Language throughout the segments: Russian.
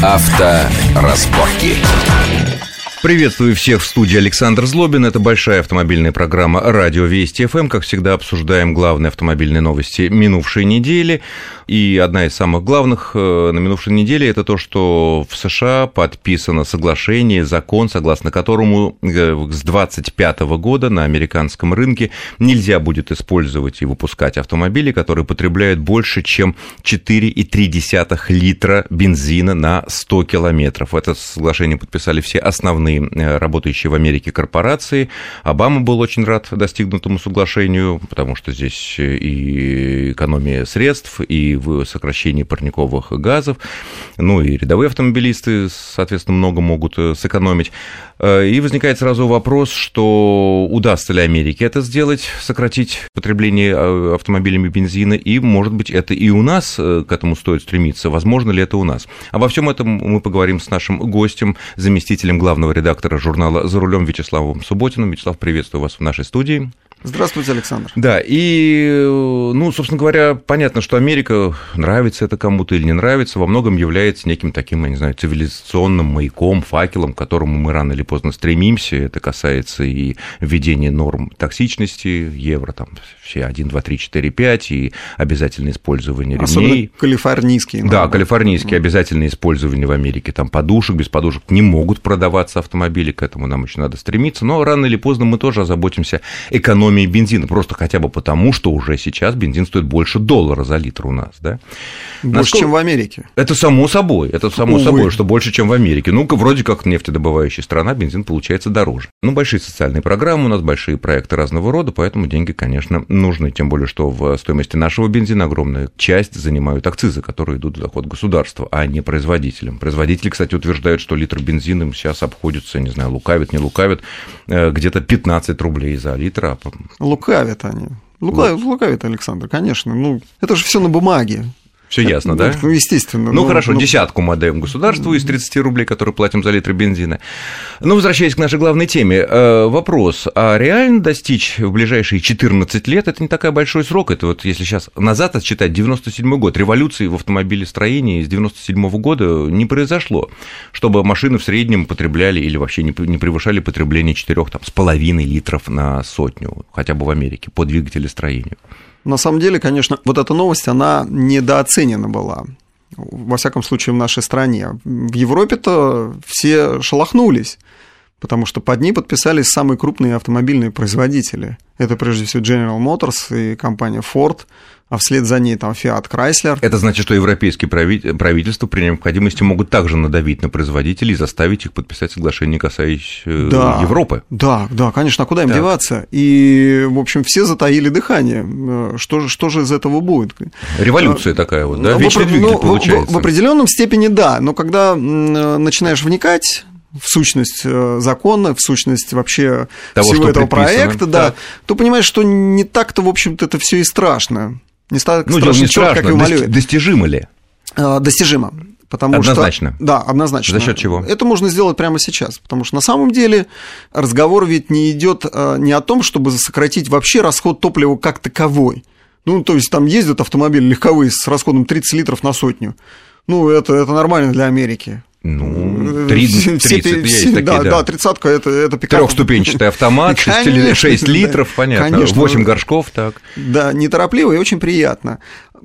Авторазборки. Приветствую всех в студии Александр Злобин. Это большая автомобильная программа «Радио Вести ФМ». Как всегда, обсуждаем главные автомобильные новости минувшей недели. И одна из самых главных на минувшей неделе – это то, что в США подписано соглашение, закон, согласно которому с 2025 года на американском рынке нельзя будет использовать и выпускать автомобили, которые потребляют больше, чем 4,3 литра бензина на 100 километров. Это соглашение подписали все основные работающие в Америке корпорации. Обама был очень рад достигнутому соглашению, потому что здесь и экономия средств, и в сокращении парниковых газов, ну и рядовые автомобилисты, соответственно, много могут сэкономить. И возникает сразу вопрос, что удастся ли Америке это сделать, сократить потребление автомобилями бензина, и, может быть, это и у нас к этому стоит стремиться, возможно ли это у нас. Обо всем этом мы поговорим с нашим гостем, заместителем главного редактора журнала «За рулем» Вячеславом Субботиным. Вячеслав, приветствую вас в нашей студии. Здравствуйте, Александр. Да, и, собственно говоря, понятно, что Америка, нравится это кому-то или не нравится, во многом является неким таким, я не знаю, цивилизационным маяком, факелом, к которому мы рано или поздно стремимся. Это касается и введения норм токсичности, евро, там, все 1, 2, 3, 4, 5, и обязательное использование ремней. Особенно калифорнийские. Да, калифорнийские, обязательное использование в Америке, там, подушек, без подушек не могут продаваться автомобили, к этому нам еще надо стремиться, но рано или поздно мы тоже озаботимся экономией бензина, просто хотя бы потому, что уже сейчас бензин стоит больше $1 за литр у нас, да? Больше, чем в Америке. Это само собой, что больше, чем в Америке. Ну-ка, вроде как нефтедобывающая страна, бензин получается дороже. Ну, большие социальные программы у нас, большие проекты разного рода, поэтому деньги, конечно, нужны, тем более, что в стоимости нашего бензина огромная часть занимают акцизы, которые идут в доход государства, а не производителям. Производители, кстати, утверждают, что литр бензина им сейчас обходится, не знаю, лукавят, не лукавят, где-то 15 рублей за литр. Лукавят они. Лукавят, Александр, конечно. Ну, это же все на бумаге. Все ясно, да? Ну, естественно. Ну, хорошо, десятку мы отдаем государству из 30 рублей, которые платим за литр бензина. Ну, возвращаясь к нашей главной теме, вопрос, а реально достичь в ближайшие 14 лет, это не такой большой срок, это вот если сейчас назад отсчитать, 97 год, революции в автомобилестроении с 97 года не произошло, чтобы машины в среднем потребляли или вообще не превышали потребление 4,5 литров на сотню, хотя бы в Америке, по двигателестроению. На самом деле, конечно, вот эта новость, она недооценена была, во всяком случае, в нашей стране. В Европе-то все шелохнулись, потому что под ней подписались самые крупные автомобильные производители. Это, прежде всего, General Motors и компания Ford, а вслед за ней там Fiat Chrysler. Это значит, что европейские правительства при необходимости могут также надавить на производителей и заставить их подписать соглашение, касающееся Европы. Да, конечно, а куда им деваться? И, в общем, все затаили дыхание. Что же из этого будет? Революция такая вот, да? Вечный двигатель получается. В определенном степени да, но когда начинаешь вникать в сущность закона, в сущность вообще всего этого проекта, да, то понимаешь, что не так-то, в общем-то, это все и страшно. Не так страшно, как и умалюет. Достижимо ли? Достижимо. Однозначно. Да, однозначно. За счет чего? Это можно сделать прямо сейчас, потому что на самом деле разговор ведь не идет не о том, чтобы сократить вообще расход топлива как таковой. Ну, то есть там ездят автомобили легковые с расходом 30 литров на сотню. Ну, это нормально для Америки. Ну, 30 есть такие, да. Да, 30-ка это пикап. Трехступенчатый автомат, 6 литров, понятно, конечно, 8 горшков, так. Да, неторопливо и очень приятно.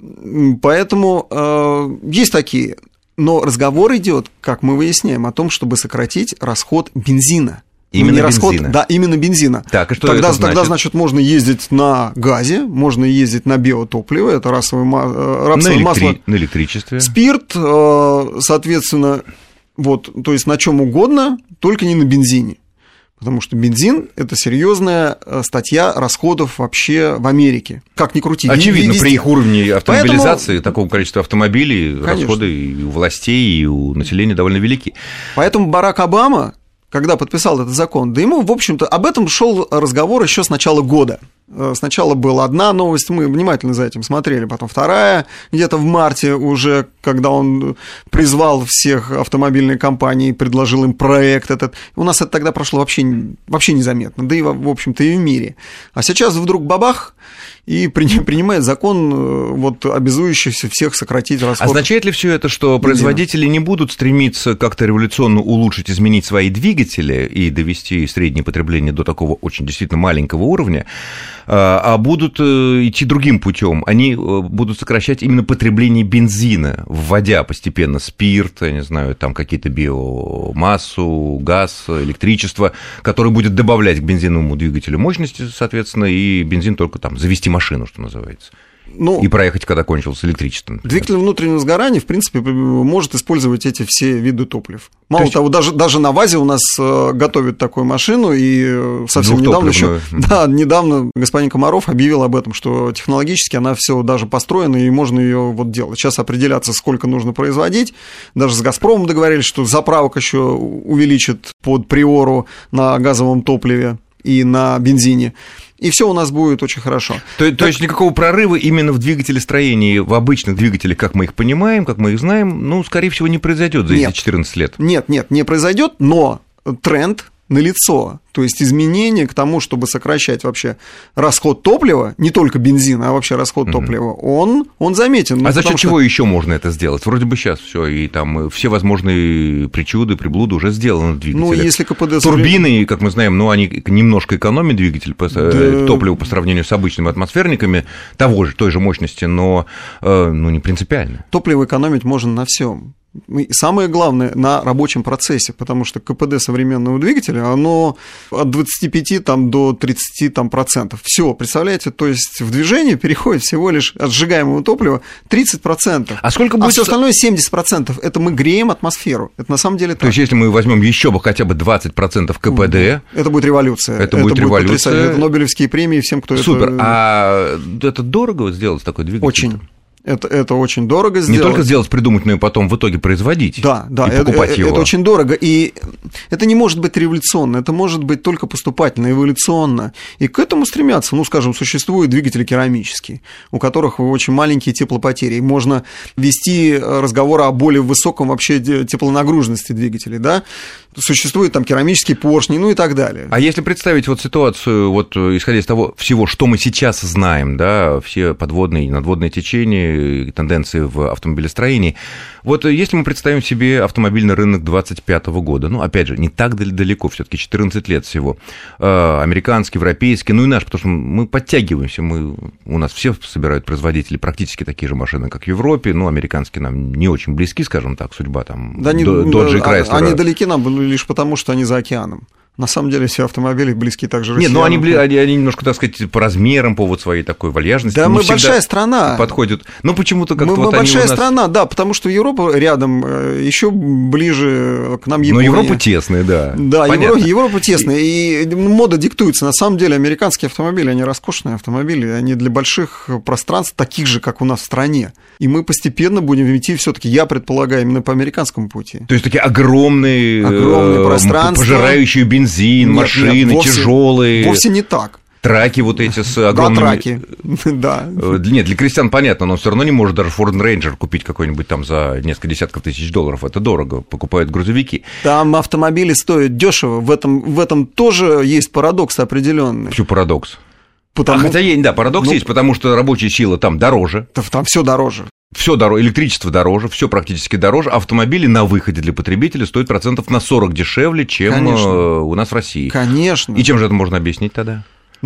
Поэтому есть такие. Но разговор идет, как мы выясняем, о том, чтобы сократить расход бензина. Именно бензина? Да, именно бензина. Так, и что тогда, это значит? Тогда, значит, можно ездить на газе, можно ездить на биотопливо, это рапсовое масло. На электричестве. Спирт, соответственно, вот, то есть на чем угодно, только не на бензине. Потому что бензин – это серьезная статья расходов вообще в Америке. Как ни крути. Очевидно, при их уровне автомобилизации, такого количества автомобилей, конечно, расходы и у властей, и у населения довольно велики. Поэтому Барак Обама, когда подписал этот закон, да ему, в общем-то, об этом шел разговор еще с начала года. Сначала была одна новость, мы внимательно за этим смотрели, потом вторая, где-то в марте уже, когда он призвал всех автомобильные компании, предложил им проект этот. У нас это тогда прошло вообще незаметно, да и, в общем-то, и в мире. А сейчас вдруг бабах, и принимает закон, вот, обязующийся всех сократить расход. Означает ли все это, что производители не будут стремиться как-то революционно улучшить, изменить свои двигатели и довести среднее потребление до такого очень действительно маленького уровня, а будут идти другим путем? Они будут сокращать именно потребление бензина, вводя постепенно спирт, я не знаю, там какие-то биомассу, газ, электричество, который будет добавлять к бензиновому двигателю мощности, соответственно, и бензин только там завести машину, что называется. И проехать, когда кончилось электричество. Например. Двигатель внутреннего сгорания, в принципе, может использовать эти все виды топлив. Мало того, даже на ВАЗе у нас готовят такую машину, и совсем недавно господин Комаров объявил об этом, что технологически она все даже построена, и можно ее вот делать. Сейчас определяться, сколько нужно производить. Даже с «Газпромом» договорились, что заправок еще увеличат под приору на газовом топливе и на бензине. И все у нас будет очень хорошо. То есть никакого прорыва именно в двигателестроении, в обычных двигателях, как мы их понимаем, как мы их знаем, скорее всего, не произойдет за эти 14 лет. Нет, не произойдет, но тренд налицо. То есть изменение к тому, чтобы сокращать вообще расход топлива, не только бензина, а вообще расход топлива, он заметен. А за счет чего еще можно это сделать? Вроде бы сейчас все, и там все возможные причуды, приблуды уже сделаны в двигателе. Если КПД... Турбины, как мы знаем, они немножко экономят двигатель топлива по сравнению с обычными атмосферниками той же мощности, но не принципиально. Топливо экономить можно на всем. И самое главное, на рабочем процессе, потому что КПД современного двигателя, оно от 25 до 30%. Все, представляете, то есть в движении переходит всего лишь от сжигаемого топлива 30%. А сколько будет? А все остальное 70%. Это мы греем атмосферу. Это на самом деле так. То есть если мы возьмем еще хотя бы 20% КПД... Это будет революция. Это будет революция. Это Нобелевские премии всем, кто Супер. А это дорого сделать такой двигатель? Очень. Это очень дорого сделать. Не только сделать, придумать, но и потом в итоге производить. Да, и покупать его. Это очень дорого. И это не может быть революционно, это может быть только поступательно, эволюционно. И к этому стремятся. Скажем, существуют двигатели керамические, у которых очень маленькие теплопотери. Можно вести разговор о более высоком вообще теплонагруженности двигателей. Да? Существуют там керамические поршни, и так далее. А если представить ситуацию, исходя из того всего, что мы сейчас знаем, да, все подводные и надводные течения, тенденции в автомобилестроении. Если мы представим себе автомобильный рынок 2025 года, опять же, не так далеко, все-таки 14 лет всего, американский, европейский, и наш, потому что мы подтягиваемся, у нас все собирают производители практически такие же машины, как в Европе, американские нам не очень близки, скажем так, судьба там, Dodge и Chrysler. Они далеки нам лишь потому, что они за океаном. На самом деле все автомобили близки также России. Нет, они немножко, так сказать, по размерам, по своей такой вальяжности. Да, мы большая страна. Подходят. Почему-то как-то мы большая страна, да, потому что Европа рядом, еще ближе к нам Япония. Но Европа тесная, да. Да, Европа тесная, и мода диктуется. На самом деле американские автомобили, они роскошные автомобили, они для больших пространств, таких же, как у нас в стране. И мы постепенно будем идти все-таки, я предполагаю, именно по американскому пути. То есть такие огромные пространства, пожирающие бензин, машины тяжелые. Вовсе не так. Траки эти с огромными... Да, траки, да. Нет, для крестьян понятно, но все равно не может даже Ford Ranger купить какой-нибудь там за несколько десятков тысяч долларов. Это дорого, покупают грузовики. Там автомобили стоят дешево, в этом тоже есть парадокс определенный. Почему парадокс? Парадокс есть, потому что рабочая сила там дороже. Там все дороже. Все дороже, электричество дороже, все практически дороже. Автомобили на выходе для потребителя стоят процентов на 40 дешевле, чем у нас в России. Конечно. И чем же это можно объяснить тогда?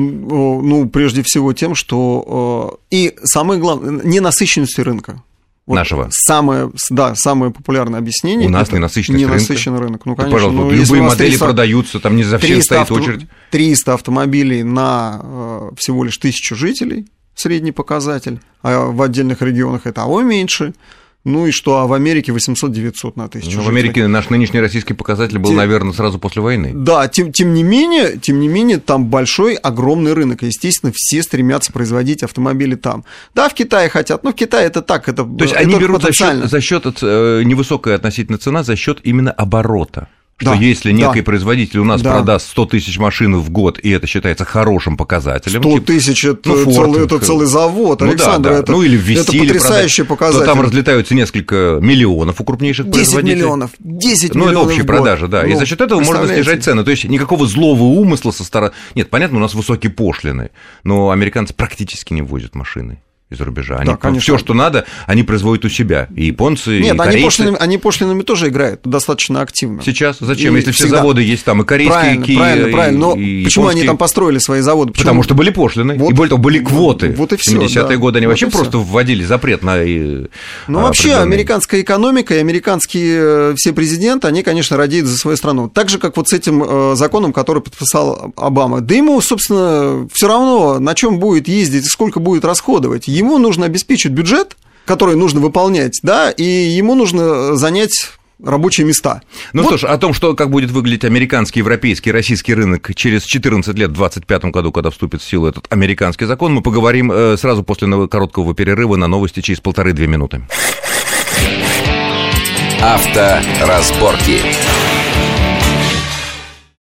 Прежде всего тем, что... И самое главное, ненасыщенностью рынка. Нашего. Самое популярное объяснение. У нас ненасыщенный рынок. Конечно. Пожалуйста, любые модели продаются, там не за всем стоит очередь. 300 автомобилей на всего лишь 1000 жителей, средний показатель, а в отдельных регионах это меньше. И что, а в Америке 800-900 на 1000 жителей. В Америке наш нынешний российский показатель был, наверное, сразу после войны. Да, тем не менее, там большой, огромный рынок. Естественно, все стремятся производить автомобили там. Да, в Китае хотят, но в Китае это так, это то есть они берут за счет невысокая относительно цена за счет именно оборота. что если некий производитель у нас продаст 100 тысяч машин в год, и это считается хорошим показателем. 100 тысяч – это целый завод, Александр, это потрясающий показатель. То там разлетаются несколько миллионов у крупнейших производителей. 10 миллионов это общие продажи, да. И за счет этого можно снижать цены. То есть никакого злого умысла со стороны... Нет, понятно, у нас высокие пошлины, но американцы практически не ввозят машины из-за рубежа. Они все, что надо, они производят у себя. И японцы, и корейцы. Они пошлинами тоже играют достаточно активно. Сейчас? Зачем? Если все заводы есть там и корейские, правильно. Но почему они там построили свои заводы? Потому что были пошлины. И более того, были квоты. Вот и все. В 70-е годы они вообще просто вводили запрет на... Ну, вообще, американская экономика и американские все президенты, они, конечно, радеют за свою страну. Так же, как вот с этим законом, который подписал Обама. Да ему, собственно, все равно, на чем будет ездить и сколько будет расходовать. Ему нужно обеспечить бюджет, который нужно выполнять, да, и ему нужно занять рабочие места. Ну что ж, о том, как будет выглядеть американский, европейский, российский рынок через 14 лет, в 2025 году, когда вступит в силу этот американский закон, мы поговорим сразу после короткого перерыва на новости через 1,5-2 минуты. Авторазборки.